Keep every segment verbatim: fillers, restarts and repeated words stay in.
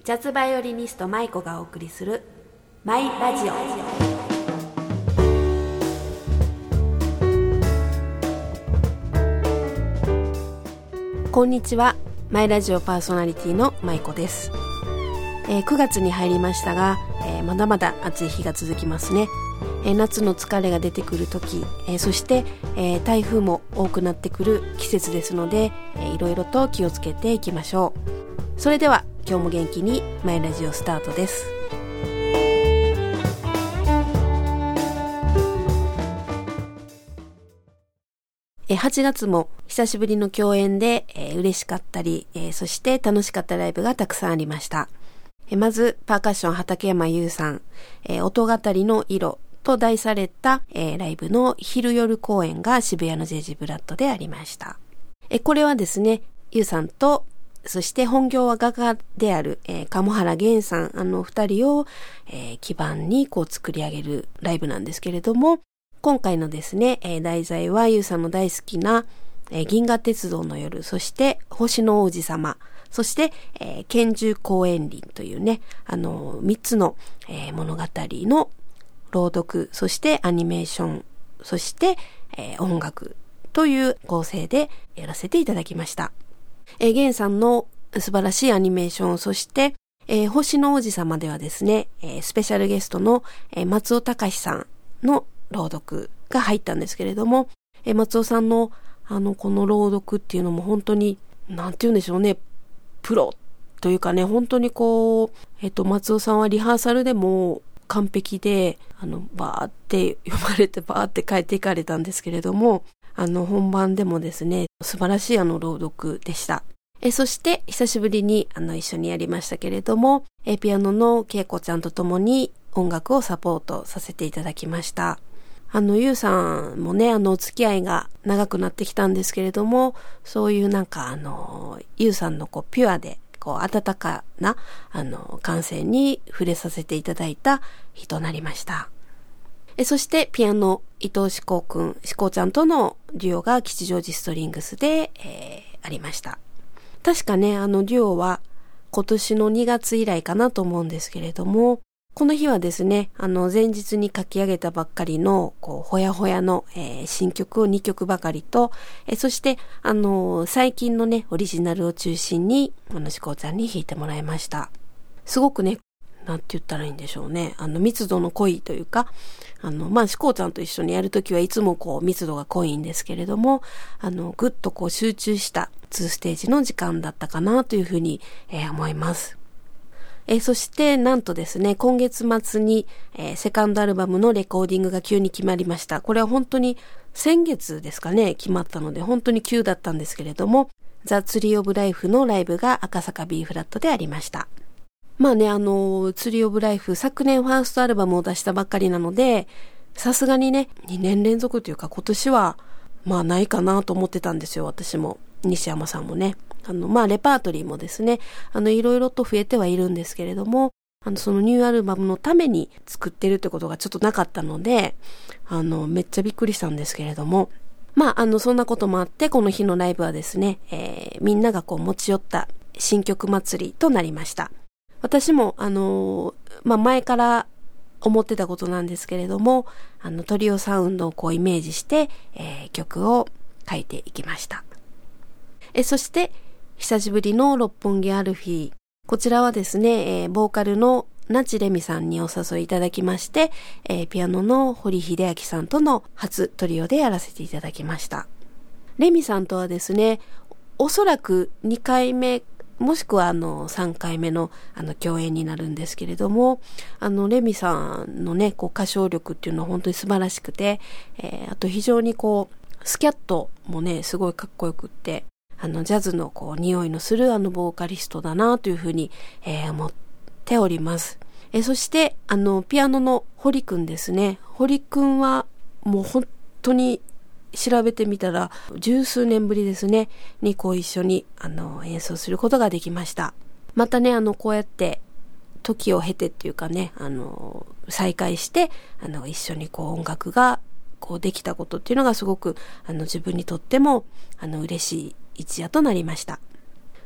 ジャズバイオリニスト舞子がお送りするマイラジオ。こんにちは、マイラジオパーソナリティの舞子です。えー、くがつに入りましたが、えー、まだまだ暑い日が続きますね。えー、夏の疲れが出てくる時、えー、そして、えー、台風も多くなってくる季節ですので、えー、いろいろと気をつけていきましょう。それでは今日も元気にマイラジオスタートです。えはちがつも久しぶりの共演で、えー、嬉しかったり、えー、そして楽しかったライブがたくさんありました。えー、まずパーカッション畠山優さん、えー、音語りの色と題された、えー、ライブの昼夜公演が渋谷の ジェイジー ブラッドでありました。えー、これはですね、優さんとそして本業は画家である、えー、鴨原源さん、あの二人を、えー、基盤にこう作り上げるライブなんですけれども、今回のですね、えー、題材はゆうさんの大好きな、えー、銀河鉄道の夜、そして星の王子様、そして、えー、拳銃公園林というね、あの三つの、えー、物語の朗読、そしてアニメーション、そして、えー、音楽という構成でやらせていただきました。えー、ゲンさんの素晴らしいアニメーション、そして、えー、星の王子様ではですね、えー、スペシャルゲストの、えー、松尾隆さんの朗読が入ったんですけれども、えー、松尾さんのあのこの朗読っていうのも本当になんて言うんでしょうね、プロというかね、本当にこう、えっと松尾さんはリハーサルでも完璧で、あのバーって読まれてバーって書いていかれたんですけれども、あの本番でもですね、素晴らしいあの朗読でした。えそして久しぶりにあの一緒にやりましたけれども、えピアノの恵子ちゃんと共に音楽をサポートさせていただきました。あのゆうさんもね、あのお付き合いが長くなってきたんですけれども、そういうなんかあのゆうさんのこうピュアでこう温かなあの感性に触れさせていただいた日となりました。えそしてピアノ伊藤志功くん、志功ちゃんとのデュオが吉祥寺ストリングスで、えー、ありました。確かね、あのデュオは今年のにがつ以来かなと思うんですけれども、この日はですね、あの前日に書き上げたばっかりのこうほやほやの、えー、新曲をにきょくばかりと、えー、そしてあの最近のねオリジナルを中心にあの志功ちゃんに弾いてもらいました。すごくね、なんて言ったらいいんでしょうね。あの密度の濃いというか、あのまあ志功ちゃんと一緒にやるときはいつもこう密度が濃いんですけれども、あのぐっとこう集中したにステージの時間だったかなというふうに、えー、思います。えー、そしてなんとですね、今月末に、えー、セカンドアルバムのレコーディングが急に決まりました。これは本当に先月ですかね、決まったので本当に急だったんですけれども、ザ・ツリー・オブ・ライフのライブが赤坂 B フラットでありました。まあね、あのツリーオブライフ昨年ファーストアルバムを出したばっかりなので、さすがにねにねん連続というか今年はまあないかなと思ってたんですよ。私も西山さんもね、あのまあレパートリーもですね、あのいろいろと増えてはいるんですけれども、あのそのニューアルバムのために作ってるってことがちょっとなかったので、あのめっちゃびっくりしたんですけれども、まああのそんなこともあって、この日のライブはですね、えー、みんながこう持ち寄った新曲祭りとなりました。私もあのー、まあ前から思ってたことなんですけれども、あのトリオサウンドをこうイメージして、えー、曲を書いていきました。えそして久しぶりの六本木アルフィー、こちらはですね、えー、ボーカルの那智レミさんにお誘いいただきまして、えー、ピアノの堀秀明さんとの初トリオでやらせていただきました。レミさんとはですね、おそらくにかいめもしくはあのさんかいめのあの共演になるんですけれども、あのレミさんのねこう歌唱力っていうのは本当に素晴らしくて、えー、あと非常にこうスキャットもねすごいかっこよくって、あのジャズのこう匂いのするあのボーカリストだなというふうに、えー、思っております。えー、そしてあのピアノの堀くんですね。堀くんはもう本当に調べてみたら十数年ぶりですねにこう一緒にあの演奏することができました。またね、あのこうやって時を経てっていうかね、あの再会してあの一緒にこう音楽がこうできたことっていうのがすごくあの自分にとってもあの嬉しい一夜となりました。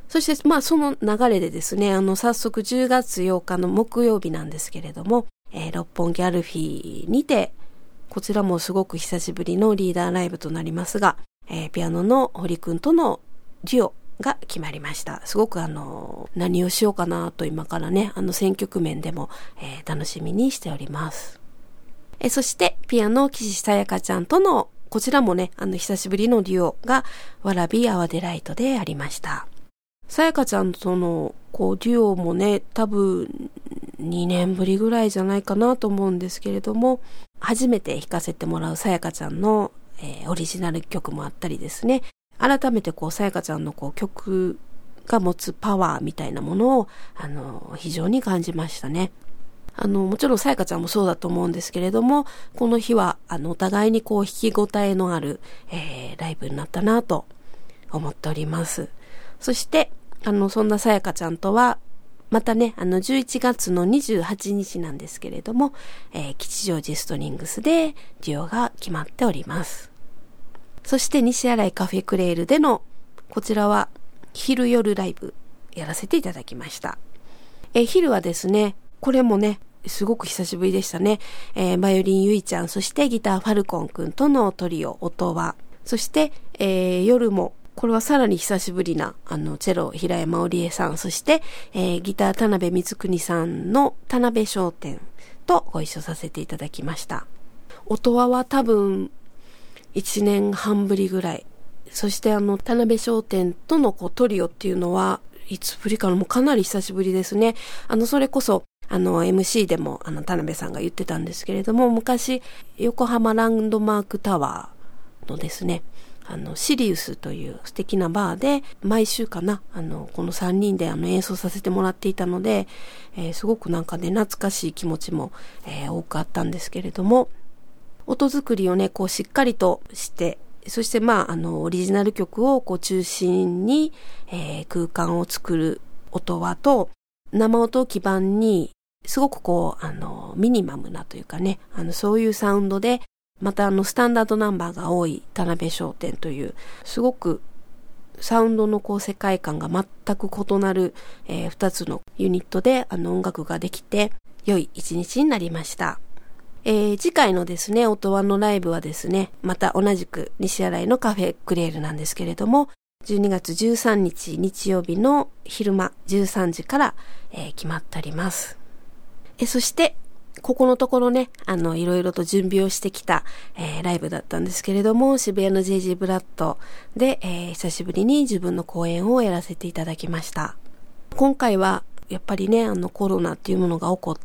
そしてまあその流れでですね、あの早速じゅうがつようかの木曜日なんですけれども、えー、六本木アルフィにて、こちらもすごく久しぶりのリーダーライブとなりますが、えー、ピアノの堀くんとのデュオが決まりました。すごくあの何をしようかなと今からね、あの選曲面でも、えー、楽しみにしております。えー、そしてピアノ岸さやかちゃんとのこちらもね、あの久しぶりのデュオがわらびアワデライトでありました。さやかちゃんとのこうデュオもね、多分にねんぶりぐらいじゃないかなと思うんですけれども、初めて弾かせてもらうさやかちゃんの、えー、オリジナル曲もあったりですね、改めてこうさやかちゃんのこう曲が持つパワーみたいなものをあの非常に感じましたね。あのもちろんさやかちゃんもそうだと思うんですけれども、この日はあのお互いにこう弾き応えのある、えー、ライブになったなと思っております。そしてあのそんなさやかちゃんとはまたね、あのじゅういちがつのにじゅうはちにちなんですけれども、えー、吉祥寺ストリングスでデュオが決まっております。そして西新井カフェクレールでのこちらは昼夜ライブやらせていただきました。えー、昼はですね、これもねすごく久しぶりでしたね。えー、バイオリンゆいちゃん、そしてギターファルコンくんとのトリオ音は、そして、えー、夜もこれはさらに久しぶりなあのチェロ平山織江さん、そして、えー、ギター田辺光邦さんの田辺商店とご一緒させていただきました。音はは多分いちねんはんぶりぐらい。そしてあの田辺商店とのこうトリオっていうのはいつぶりかな、もうかなり久しぶりですね。あのそれこそあの エムシー でもあの田辺さんが言ってたんですけれども、昔横浜ランドマークタワーのですね、あのシリウスという素敵なバーで毎週かな、あのこのさんにんであの演奏させてもらっていたので、えー、すごくなんかね懐かしい気持ちも、えー、多くあったんですけれども、音作りをねこうしっかりとして、そしてまああのオリジナル曲をこう中心に、えー、空間を作る音はと、生音を基盤にすごくこうあのミニマムなというかね、あのそういうサウンドで、またあのスタンダードナンバーが多い田辺商店というすごくサウンドのこう世界観が全く異なる、えー、ふたつのユニットであの音楽ができて良い一日になりました。えー、次回のですね音羽のライブはですね、また同じく西新井のカフェクレールなんですけれども、じゅうにがつじゅうさんにち日曜日の昼間じゅうさんじから、えー、決まっております。えー、そしてここのところね、あの、いろいろと準備をしてきた、えー、ライブだったんですけれども、渋谷の ジェイジー ブラッドで、えー、久しぶりに自分の公演をやらせていただきました。今回は、やっぱりね、あの、コロナっていうものが起こって、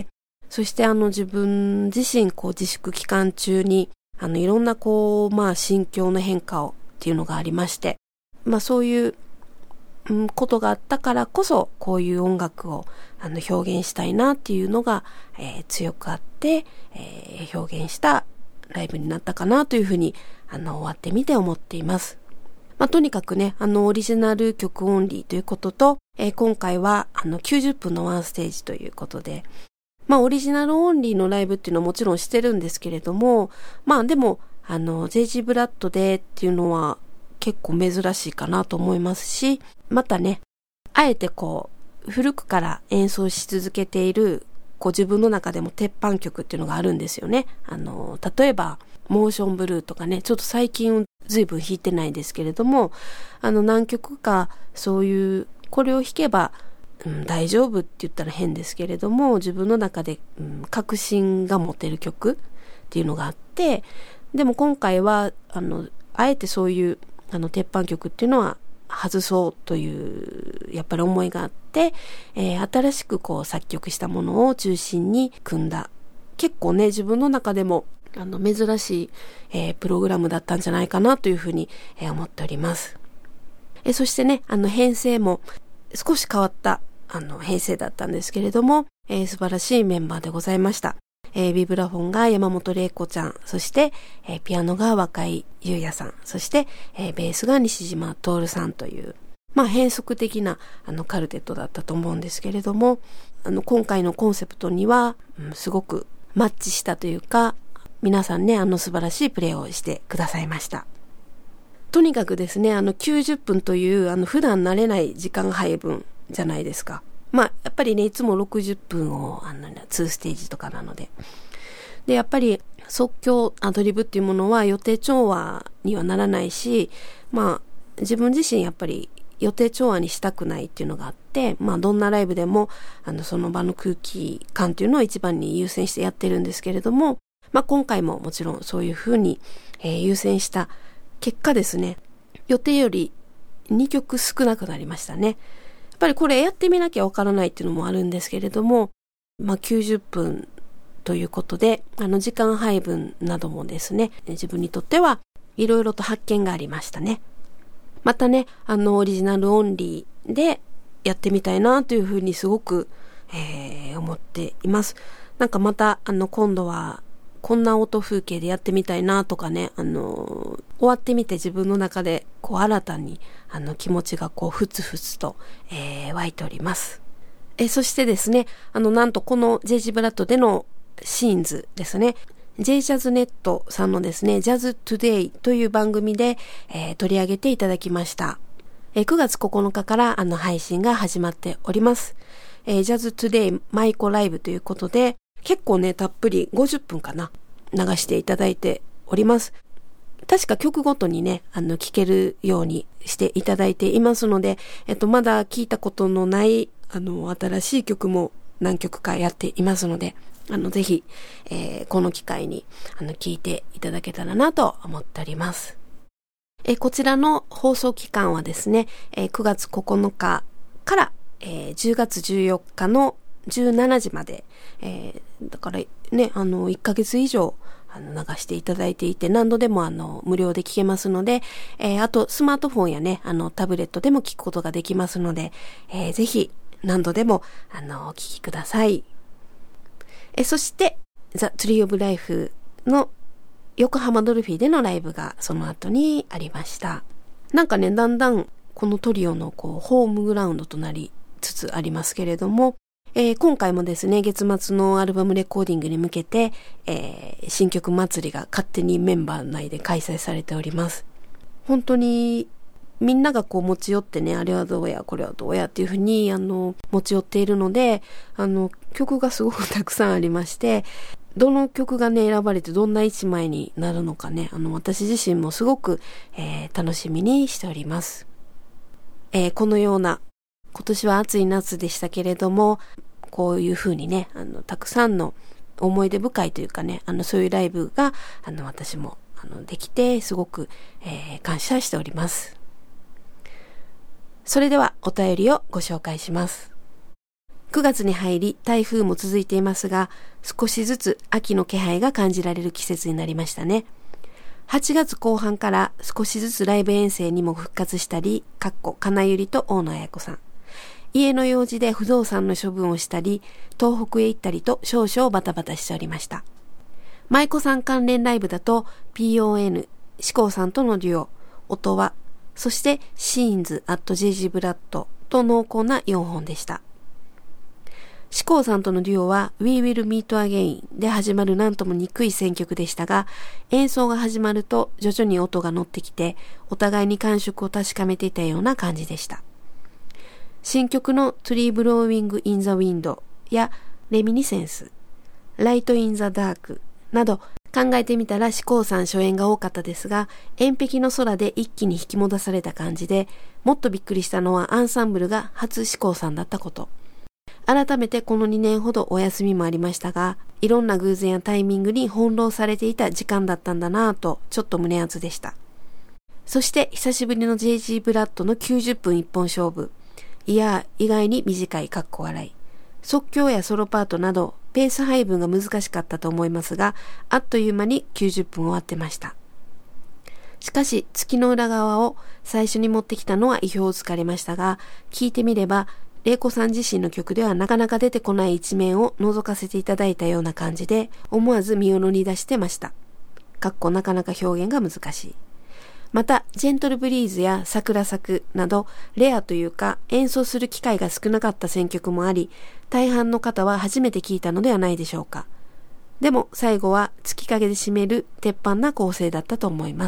そしてあの、自分自身、こう、自粛期間中に、あの、いろんな、こう、まあ、心境の変化を、っていうのがありまして、まあ、そういう、うん、ことがあったからこそこういう音楽をあの表現したいなっていうのが、えー、強くあって、えー、表現したライブになったかなというふうにあの終わってみて思っています。まあ、とにかくね、あのオリジナル曲オンリーということと、えー、今回はあのきゅうじゅっぷんのワンステージということで、まあオリジナルオンリーのライブっていうのはもちろんしてるんですけれども、まあでもあの ジェイジー ブラッドでっていうのは結構珍しいかなと思いますし、またね、あえてこう古くから演奏し続けているこう自分の中でも鉄板曲っていうのがあるんですよね。あの例えばモーションブルーとかね、ちょっと最近ずいぶん弾いてないですけれども、あの何曲かそういうこれを弾けば、うん、大丈夫って言ったら変ですけれども、自分の中で、うん、確信が持てる曲っていうのがあって、でも今回はあのあえてそういうあの鉄板曲っていうのは外そうというやっぱり思いがあって、えー、新しくこう作曲したものを中心に組んだ、結構ね自分の中でもあの珍しい、えー、プログラムだったんじゃないかなというふうに、えー、思っております。えー、そしてね、あの編成も少し変わったあの編成だったんですけれども、えー、素晴らしいメンバーでございました。えー、ビブラフォンが山本玲子ちゃん、そして、えー、ピアノが若井優也さん、そして、えー、ベースが西島徹さんという、まあ変則的なあのカルテットだったと思うんですけれども、あの今回のコンセプトには、うん、すごくマッチしたというか、皆さんね、あの素晴らしいプレーをしてくださいました。 とにかくですね、あのきゅうじゅっぷんというあの普段慣れない時間配分じゃないですか。まあやっぱりね、いつもろくじゅっぷんをあのにステージとかなので。で、やっぱり即興アドリブっていうものは予定調和にはならないし、まあ自分自身やっぱり予定調和にしたくないっていうのがあって、まあどんなライブでもあのその場の空気感っていうのを一番に優先してやってるんですけれども、まあ今回ももちろんそういうふうに、えー、優先した結果ですね、予定よりにきょく少なくなりましたね。やっぱりこれやってみなきゃわからないっていうのもあるんですけれども、まあきゅうじゅっぷんということで、あの時間配分などもですね、自分にとってはいろいろと発見がありましたね。またね、あのオリジナルオンリーでやってみたいなというふうにすごく、えー、思っています。なんかまたあの今度はこんな音風景でやってみたいなとかね、あの終わってみて自分の中でこう新たにあの気持ちがこうふつふつと、えー、湧いております。えそしてですね、あのなんとこの ジェイジー ブラッドでのシーンズですね、J ジャズネットさんのですね、ジャズトゥデイという番組で、えー、取り上げていただきました。えー、くがつここのかからあの配信が始まっております。えー、ジャズトゥデイマイコライブということで、結構ね、たっぷりごじゅっぷんかな、流していただいております。確か曲ごとにね、あの、聴けるようにしていただいていますので、えっと、まだ聴いたことのない、あの、新しい曲も何曲かやっていますので、あの、ぜひ、えー、この機会に、あの、聴いていただけたらなと思っております。えー、こちらの放送期間はですね、えー、くがつここのかから、えー、じゅうがつじゅうよっかのじゅうしちじまで、えー、だからね、あの、いっかげつ以上、あの、流していただいていて、何度でもあの、無料で聴けますので、えー、あと、スマートフォンやね、あの、タブレットでも聴くことができますので、えー、ぜひ、何度でも、あの、お聴きください。えそして、ザ・ツリー・オブ・ライフの横浜ドルフィーでのライブがその後にありました。なんかね、だんだんこのトリオのこうホームグラウンドとなりつつありますけれども、えー、今回もですね、月末のアルバムレコーディングに向けて、えー、新曲祭りが勝手にメンバー内で開催されております。本当にみんながこう持ち寄ってね、あれはどうやこれはどうやっていうふうにあの持ち寄っているので、あの曲がすごくたくさんありまして、どの曲がね選ばれてどんな一枚になるのかね、あの私自身もすごく、えー、楽しみにしております。えー、このような今年は暑い夏でしたけれども、こういうふうにね、あのたくさんの思い出深いというかね、あのそういうライブがあの私もあのできてすごく、えー、感謝しております。それではお便りをご紹介します。くがつに入り台風も続いていますが、少しずつ秋の気配が感じられる季節になりましたね。はちがつこう半から少しずつライブ遠征にも復活したり、かっこ金ゆりと大野彩子さん。家の用事で不動産の処分をしたり、東北へ行ったりと少々バタバタしておりました。舞子さん関連ライブだと ピーオーエヌ、志功さんとのデュオ、音は、そしてシーンズ at ジェイジー ブラッドと濃厚なよんほんでした。志功さんとのデュオは We Will Meet Again で始まるなんとも憎い選曲でしたが、演奏が始まると徐々に音が乗ってきて、お互いに感触を確かめていたような感じでした。新曲の Tree Blowing in the Wind や Reminiscence、Light in the Dark など考えてみたら志功さん初演が多かったですが、遠壁の空で一気に引き戻された感じで、もっとびっくりしたのはアンサンブルが初志功さんだったこと。改めてこのにねんほどお休みもありましたが、いろんな偶然やタイミングに翻弄されていた時間だったんだなぁと、ちょっと胸熱でした。そして久しぶりの ジェイジー ブラッドのきゅうじゅっぷん一本勝負。いや、意外に短いかっこ笑い。即興やソロパートなど、ペース配分が難しかったと思いますが、あっという間にきゅうじゅっぷん終わってました。しかし、月の裏側を最初に持ってきたのは意表をつかれましたが、聞いてみれば、玲子さん自身の曲ではなかなか出てこない一面を覗かせていただいたような感じで、思わず身を乗り出してました。かっこなかなか表現が難しい。また、ジェントルブリーズや桜咲くなど、レアというか演奏する機会が少なかった選曲もあり、大半の方は初めて聴いたのではないでしょうか。でも最後は月影で締める鉄板な構成だったと思います。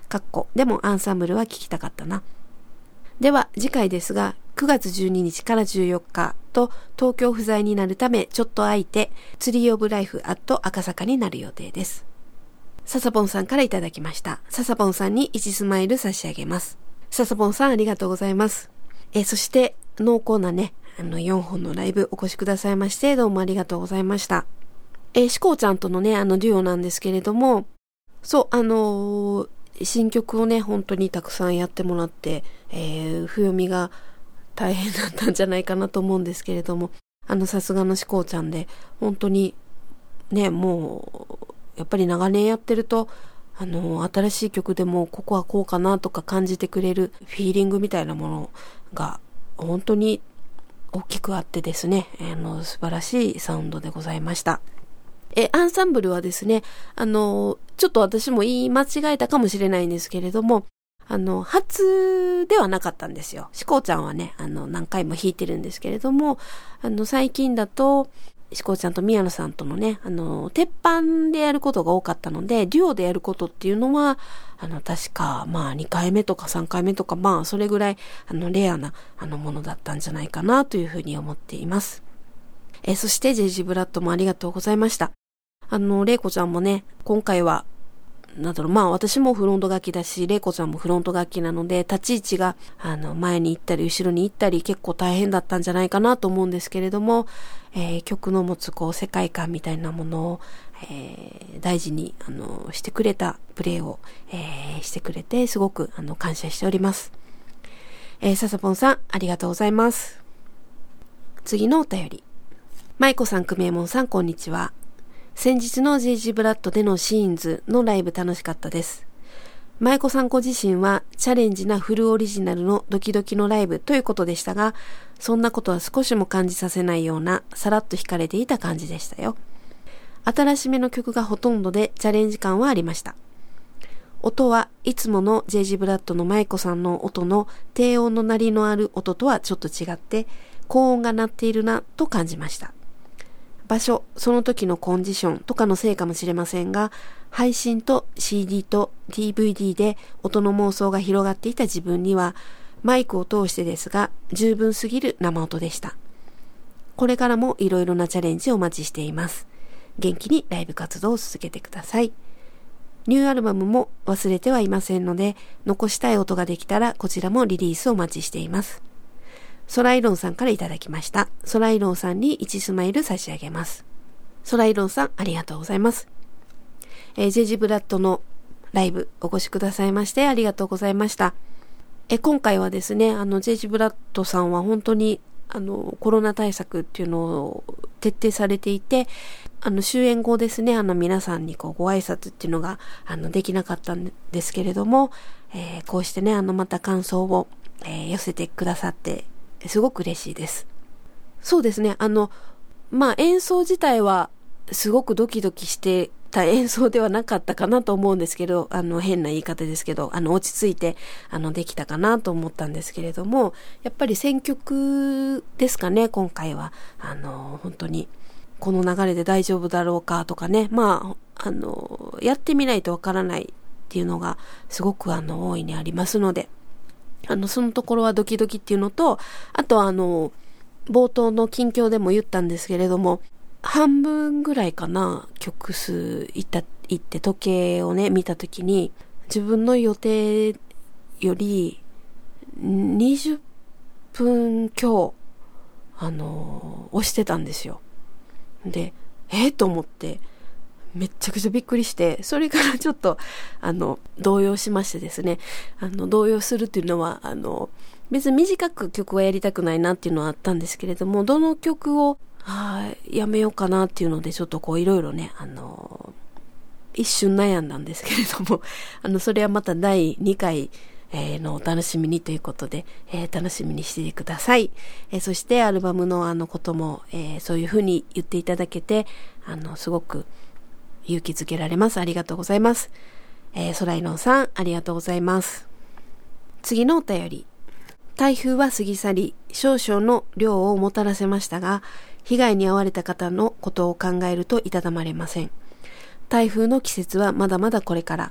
かっこでもアンサンブルは聞きたかったな。では次回ですが、くがつじゅうににちからじゅうよっかと東京不在になるためちょっと空いて、ツリーオブライフアット赤坂になる予定です。ササボンさんからいただきました。ササボンさんにいちスマイル差し上げます。ササボンさんありがとうございます。えー、そして濃厚なね、あのよんほんのライブお越しくださいましてどうもありがとうございました。えー、しこうちゃんとのね、あのデュオなんですけれども、そう、あのー、新曲をね、本当にたくさんやってもらって、えー、譜読みが大変だったんじゃないかなと思うんですけれども、あの、さすがのしこうちゃんで、本当に、ね、もう、やっぱり長年やってると、あの、新しい曲でも、ここはこうかなとか感じてくれるフィーリングみたいなものが、本当に大きくあってですね、あの、素晴らしいサウンドでございました。え、アンサンブルはですね、あの、ちょっと私も言い間違えたかもしれないんですけれども、あの、初ではなかったんですよ。しこうちゃんはね、あの、何回も弾いてるんですけれども、あの、最近だと、しこうちゃんと宮野さんとのね、あの、鉄板でやることが多かったので、デュオでやることっていうのは、あの、確か、まあ、にかいめとかさんかいめとか、まあ、それぐらい、あの、レアな、あの、ものだったんじゃないかな、というふうに思っています。え、そして、ジェイジーブラッドもありがとうございました。あの、レイコちゃんもね、今回は、なんだろう、まあ私もフロント楽器だし、レイコちゃんもフロント楽器なので、立ち位置が、あの、前に行ったり、後ろに行ったり、結構大変だったんじゃないかなと思うんですけれども、えー、曲の持つ、こう、世界観みたいなものを、えー、大事に、あの、してくれたプレイを、えー、してくれて、すごく、あの、感謝しております。えー、ササポンさん、ありがとうございます。次のお便り。マイコさん、クメイモンさん、こんにちは。先日の ジェイジー ブラッドでのシーンズのライブ楽しかったです。舞子さんご自身はチャレンジなフルオリジナルのドキドキのライブということでしたが、そんなことは少しも感じさせないようなさらっと弾かれていた感じでしたよ。新しめの曲がほとんどでチャレンジ感はありました。音はいつもの ジェイジー ブラッドの舞子さんの音の低音の鳴りのある音とはちょっと違って高音が鳴っているなと感じました。場所、その時のコンディションとかのせいかもしれませんが、配信と シーディー と ディーブイディー で音の妄想が広がっていた自分には、マイクを通してですが、十分すぎる生音でした。これからもいろいろなチャレンジをお待ちしています。元気にライブ活動を続けてください。ニューアルバムも忘れてはいませんので、残したい音ができたらこちらもリリースをお待ちしています。ソライロンさんからいただきました。ソライロンさんにいちスマイル差し上げます。ソライロンさん、ありがとうございます。えー、ジェイジー ブラッドのライブお越しくださいましてありがとうございました。えー、今回はですね、あの ジェイジー ブラッドさんは本当にあのコロナ対策っていうのを徹底されていて、あの終演後ですね、あの皆さんにこうご挨拶っていうのがあのできなかったんですけれども、えー、こうしてね、あのまた感想を、えー、寄せてくださってすごく嬉しいです。そうですね。あの、まあ、演奏自体はすごくドキドキしてた演奏ではなかったかなと思うんですけど、あの、変な言い方ですけど、あの、落ち着いて、あの、できたかなと思ったんですけれども、やっぱり選曲ですかね、今回は。あの、本当に、この流れで大丈夫だろうかとかね、まあ、あの、やってみないとわからないっていうのが、すごくあの、大いにありますので、あの、そのところはドキドキっていうのと、あとはあの、冒頭の近況でも言ったんですけれども、半分ぐらいかな、曲数いった、いって時計をね、見たときに、自分の予定よりにじゅっぷん強、あの、押してたんですよ。で、えー、と思って、めっちゃくちゃびっくりして、それからちょっと、あの、動揺しましてですね、あの、動揺するっていうのは、あの、別に短く曲はやりたくないなっていうのはあったんですけれども、どの曲を、あやめようかなっていうので、ちょっとこういろいろね、あの、一瞬悩んだんですけれども、あの、それはまただいにかい、えー、のお楽しみにということで、えー、楽しみにしてください。えー、そしてアルバムのあのことも、えー、そういうふうに言っていただけて、あの、すごく、勇気づけられます。ありがとうございます。えー、ソライロンさん、ありがとうございます。次のお便り。台風は過ぎ去り、少々の量をもたらせましたが、被害に遭われた方のことを考えるといたたまれません。台風の季節はまだまだこれから。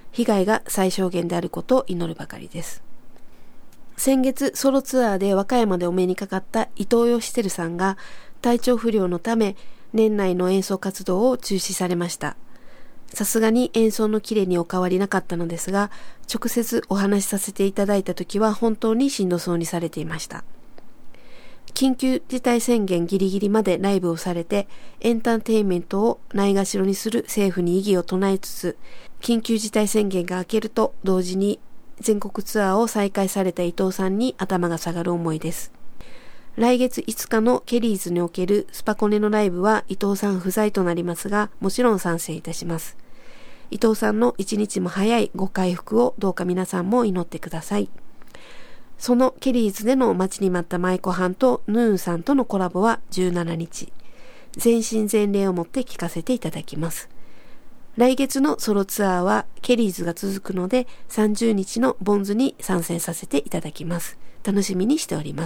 被害が最小限であることを祈るばかりです。先月ソロツアーで和歌山でお目にかかった伊藤義輝さんが体調不良のため年内の演奏活動を中止されました。さすがに演奏のキレにお変わりなかったのですが、直接お話しさせていただいた時は本当にしんどそうにされていました。緊急事態宣言ギリギリまでライブをされて、エンターテインメントをないがしろにする政府に異議を唱えつつ、緊急事態宣言が明けると同時に全国ツアーを再開された伊藤さんに頭が下がる思いです。来月いつかのケリーズにおけるスパコネのライブは伊藤さん不在となりますが、もちろん参戦いたします。伊藤さんの一日も早いご回復をどうか皆さんも祈ってください。そのケリーズでの待ちに待った舞妓はんとヌーンさんとのコラボはじゅうしちにち、全身全霊をもって聞かせていただきます。来月のソロツアーはケリーズが続くのでさんじゅうにちのボンズに参戦させていただきます。楽しみにしております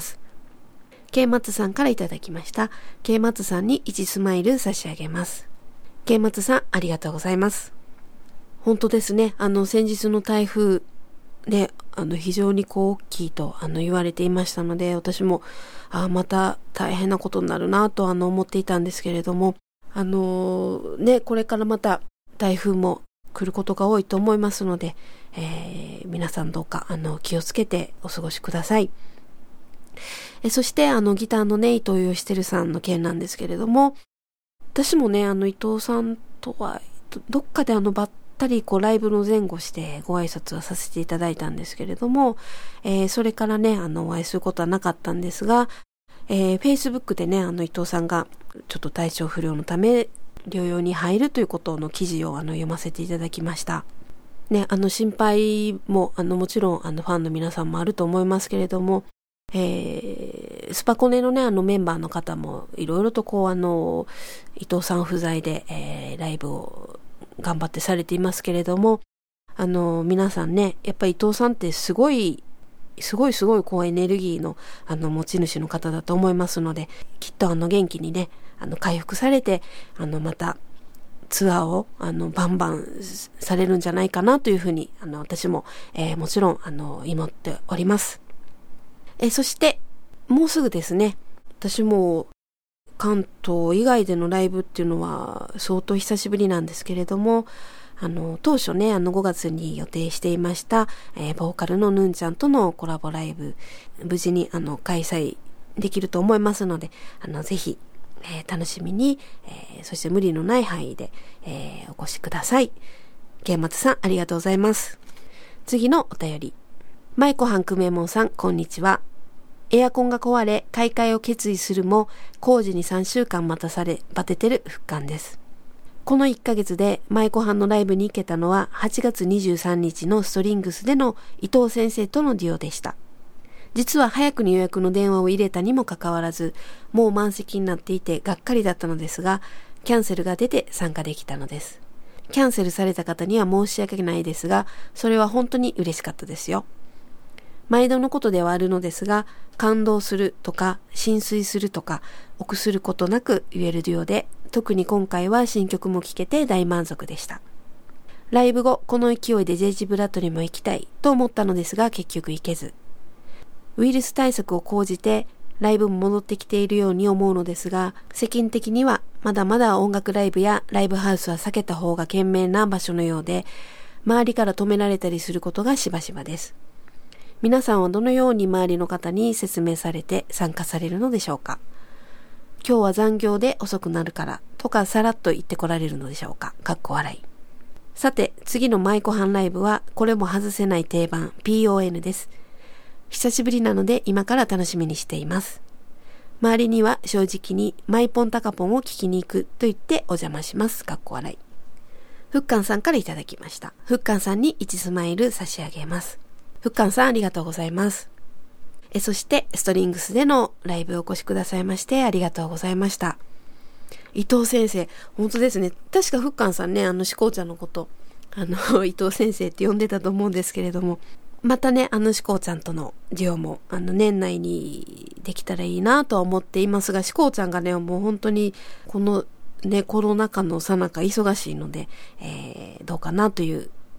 。K 松さんからいただきました。K 松さんにいちスマイル差し上げます。K 松さんありがとうございます。本当ですね。あの先日の台風であの非常にこう大きいとあの言われていましたので、私もあまた大変なことになるなとあの思っていたんですけれども、あのー、ねこれからまた台風も来ることが多いと思いますので、えー、皆さんどうかあの気をつけてお過ごしください。えそしてあのギターのね伊藤義輝さんの件なんですけれども、私もねあの伊藤さんとはどっかであのばったりこうライブの前後してご挨拶はさせていただいたんですけれども、えー、それからねあのお会いすることはなかったんですが、えー、Facebook でねあの伊藤さんがちょっと体調不良のため療養に入るということの記事をあの読ませていただきました。ねあの心配もあのもちろんあのファンの皆さんもあると思いますけれども、えー、スパコネのねあのメンバーの方もいろいろとこうあの伊藤さん不在で、えー、ライブを頑張ってされていますけれども、あの皆さんねやっぱり伊藤さんってすごいすごいすごいこうエネルギーのあの持ち主の方だと思いますので、きっとあの元気にねあの回復されてあのまたツアーをあのバンバンされるんじゃないかなというふうにあの私も、えー、もちろんあの祈っております。えそしてもうすぐですね、私も関東以外でのライブっていうのは相当久しぶりなんですけれども、あの当初ねあのごがつに予定していました、えー、ボーカルのヌンちゃんとのコラボライブ無事にあの開催できると思いますので、あのぜひ、えー、楽しみに、えー、そして無理のない範囲で、えー、お越しください。K松さんありがとうございます。次のお便り、舞妓はんくめもんさんこんにちは。エアコンが壊れ買い替えを決意するも工事にさんしゅうかん待たされバテてる復刊です。このいっかげつで舞妓はんのライブに行けたのははちがつにじゅうさんにちのストリングスでの伊藤先生とのデュオでした。実は早くに予約の電話を入れたにもかかわらずもう満席になっていてがっかりだったのですが、キャンセルが出て参加できたのです。キャンセルされた方には申し訳ないですが、それは本当に嬉しかったですよ。毎度のことではあるのですが、感動するとか心酔するとか臆することなく言えるデュオで、特に今回は新曲も聴けて大満足でした。ライブ後この勢いでジェイジブラッドにも行きたいと思ったのですが結局行けず、ウイルス対策を講じてライブも戻ってきているように思うのですが、世間的にはまだまだ音楽ライブやライブハウスは避けた方が賢明な場所のようで、周りから止められたりすることがしばしばです。皆さんはどのように周りの方に説明されて参加されるのでしょうか。今日は残業で遅くなるからとかさらっと言ってこられるのでしょうか。かっこ笑い。さて次の舞妓はんライブはこれも外せない定番 ピーオーエヌ です。久しぶりなので今から楽しみにしています。周りには正直にマイポンタカポンを聞きに行くと言ってお邪魔します。かっこ笑い。ふっかんさんからいただきました。ふっかんさんにいちスマイル差し上げます。ふっかんさんありがとうございます。えそしてストリングスでのライブをお越しくださいましてありがとうございました。伊藤先生本当ですね。確かふっかんさんねあのしこうちゃんのことあの伊藤先生って呼んでたと思うんですけれども、またねあのしこうちゃんとのデュオもあの年内にできたらいいなとは思っていますが、しこうちゃんがねもう本当にこのねコロナ禍の最中忙しいので、えー、どうかなという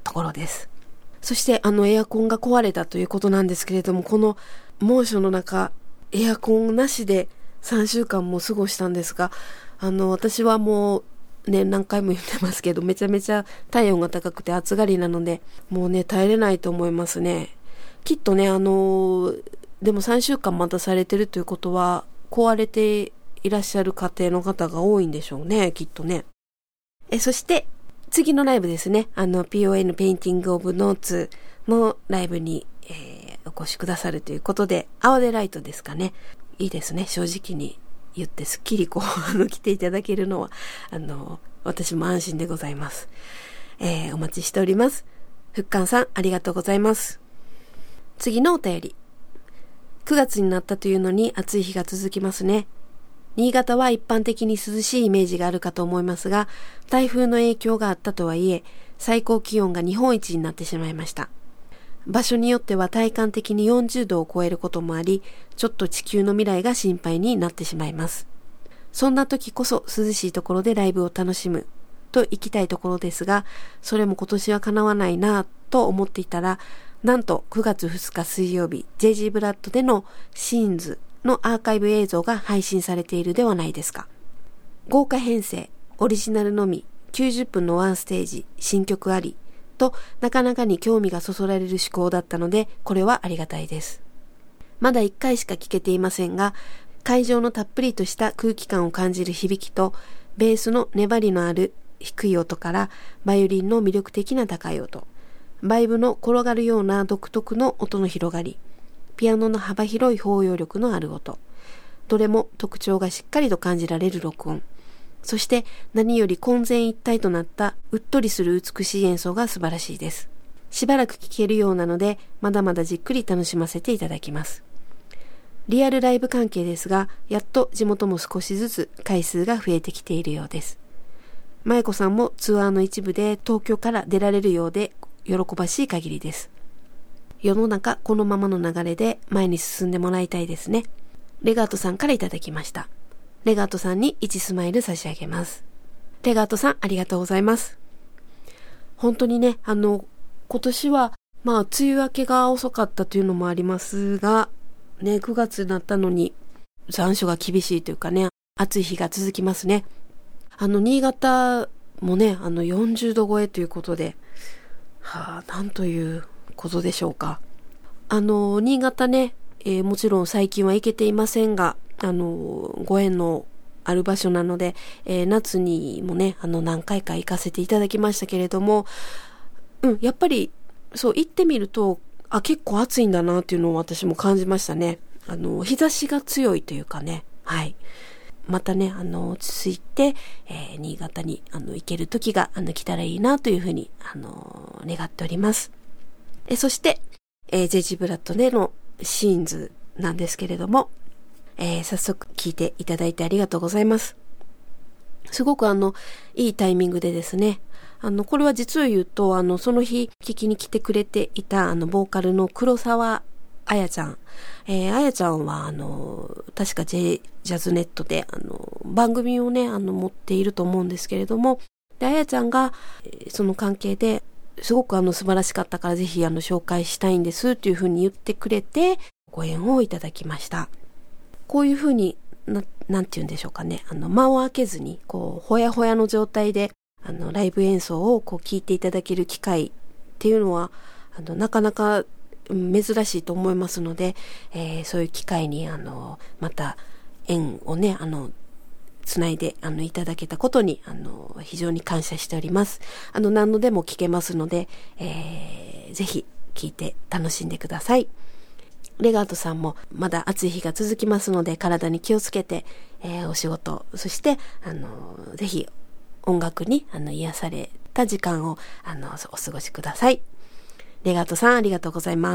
ところです。そしてあのエアコンが壊れたということなんですけれども、この猛暑の中エアコンなしでさんしゅうかんも過ごしたんですが、あの私はもうね何回も言ってますけど、めちゃめちゃ体温が高くて暑がりなので、もうね耐えれないと思いますね。きっとねあのでもさんしゅうかん待たされてるということは壊れていらっしゃる家庭の方が多いんでしょうね、きっとね。えそして次のライブですね、あの ピーオーエヌ ペインティングオブノーツのライブに、えー、お越しくださるということで、アワデライトですかね。いいですね、正直に言ってすっきりこうあの来ていただけるのはあの私も安心でございます。えー、お待ちしております。ふっかんさんありがとうございます。次のお便り。くがつになったというのに暑い日が続きますね。新潟は一般的に涼しいイメージがあるかと思いますが、台風の影響があったとはいえ、最高気温が日本一になってしまいました。場所によっては体感的によんじゅうどを超えることもあり、ちょっと地球の未来が心配になってしまいます。そんな時こそ涼しいところでライブを楽しむと行きたいところですが、それも今年は叶わないなぁと思っていたら、なんとくがつふつか水曜日、ジェイジー ブラッドでのシーンズのアーカイブ映像が配信されているではないですか。豪華編成、オリジナルのみ、きゅうじゅっぷんのワンステージ、新曲ありと、なかなかに興味がそそられる趣向だったので、これはありがたいです。まだいっかいしか聴けていませんが、会場のたっぷりとした空気感を感じる響きと、ベースの粘りのある低い音から、バイオリンの魅力的な高い音、バイブの転がるような独特の音の広がり、ピアノの幅広い包容力のある音、どれも特徴がしっかりと感じられる録音、そして何より混然一体となったうっとりする美しい演奏が素晴らしいです。しばらく聴けるようなので、まだまだじっくり楽しませていただきます。リアルライブ関係ですが、やっと地元も少しずつ回数が増えてきているようです。まえこさんもツアーの一部で東京から出られるようで喜ばしい限りです。世の中このままの流れで前に進んでもらいたいですね。レガートさんからいただきました。レガートさんにいちスマイル差し上げます。レガートさんありがとうございます。本当にね、あの今年はまあ梅雨明けが遅かったというのもありますがね、くがつになったのに残暑が厳しいというかね、暑い日が続きますね。あの新潟もね、あのよんじゅうど超えということで、はあ、なんということでしょうか。あの新潟ね、えー、もちろん最近は行けていませんが、あのご縁のある場所なので、えー、夏にもねあの何回か行かせていただきましたけれども、うんやっぱりそう行ってみると、あ結構暑いんだなっていうのを私も感じましたね。あの日差しが強いというかね、はい。またねあの落ち着いて、えー、新潟にあの行ける時があの来たらいいなというふうにあの願っております。えそして、えー、ジェイジー ブラッドでのシーンズなんですけれども、えー、早速聞いていただいてありがとうございます。すごくあのいいタイミングでですね、あのこれは実を言うとあのその日聞きに来てくれていたあのボーカルの黒沢あやちゃん、えー、あやちゃんはあの確か J ジャズネットであの番組をねあの持っていると思うんですけれども、であやちゃんが、えー、その関係ですごくあの素晴らしかったからぜひあの紹介したいんですというふうに言ってくれてご縁をいただきました。こういうふうにな、なんて言うんでしょうかね、あの間を空けずにこうほやほやの状態であのライブ演奏をこう聞いていただける機会っていうのはあのなかなか珍しいと思いますので、えー、そういう機会にあのまた縁をねあのつないであのいただけたことにあの非常に感謝しております。あの何度でも聞けますので、えー、ぜひ聞いて楽しんでください。レガートさんもまだ暑い日が続きますので体に気をつけて、えー、お仕事そしてあのぜひ音楽にあの癒された時間をあのお過ごしください。レガートさんありがとうございます。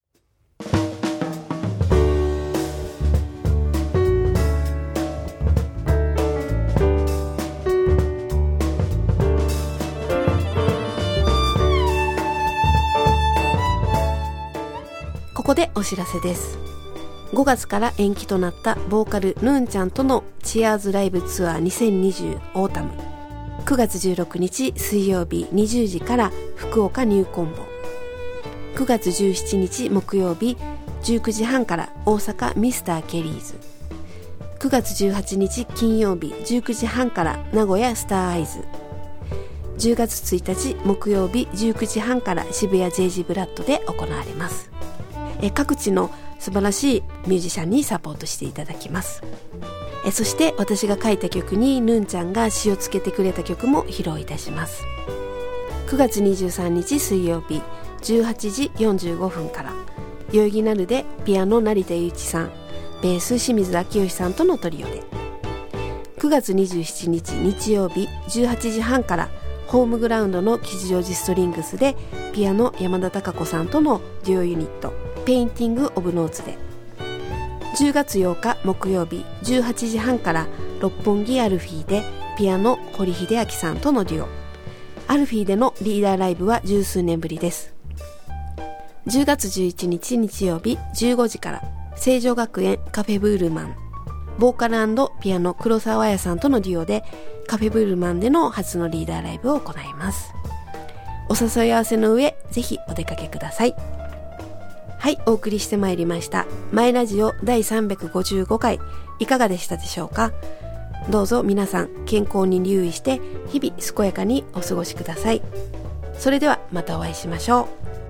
ここでお知らせです。ごがつから延期となったボーカルヌーンちゃんとのチアーズライブツアーにせんにじゅうオータム。 くがつじゅうろくにち水曜日にじゅうじから福岡ニューコンボ。くがつじゅうしちにち木曜日じゅうくじはんから大阪ミスターケリーズ。くがつじゅうはちにち金曜日じゅうくじはんから名古屋スターアイズ。じゅうがつついたち木曜日じゅうくじはんから渋谷 ジェイジー ブラッドで行われます。え各地の素晴らしいミュージシャンにサポートしていただきます。えそして私が書いた曲にヌンちゃんが詞をつけてくれた曲も披露いたします。くがつにじゅうさんにち水曜日じゅうはちじよんじゅうごふんから代々木ナルでピアノ成田祐一さん、ベース清水明義さんとのトリオで。くがつにじゅうしちにち日曜日じゅうはちじはんからホームグラウンドの吉祥寺ストリングスでピアノ山田貴子さんとのデュオユニットペインティングオブノーツで。じゅうがつようか木曜日じゅうはちじはんから六本木アルフィーでピアノ堀秀明さんとのデュオ。アルフィーでのリーダーライブは十数年ぶりです。じゅうがつじゅういちにち日曜日じゅうごじから成城学園カフェブールマン、ボーカル&ピアノ黒沢彩さんとのデュオでカフェブールマンでの初のリーダーライブを行います。お誘い合わせの上ぜひお出かけください。はい、お送りしてまいりましたマイラジオだいさんびゃくごじゅうごかい、いかがでしたでしょうか。どうぞ皆さん健康に留意して日々健やかにお過ごしください。それではまたお会いしましょう。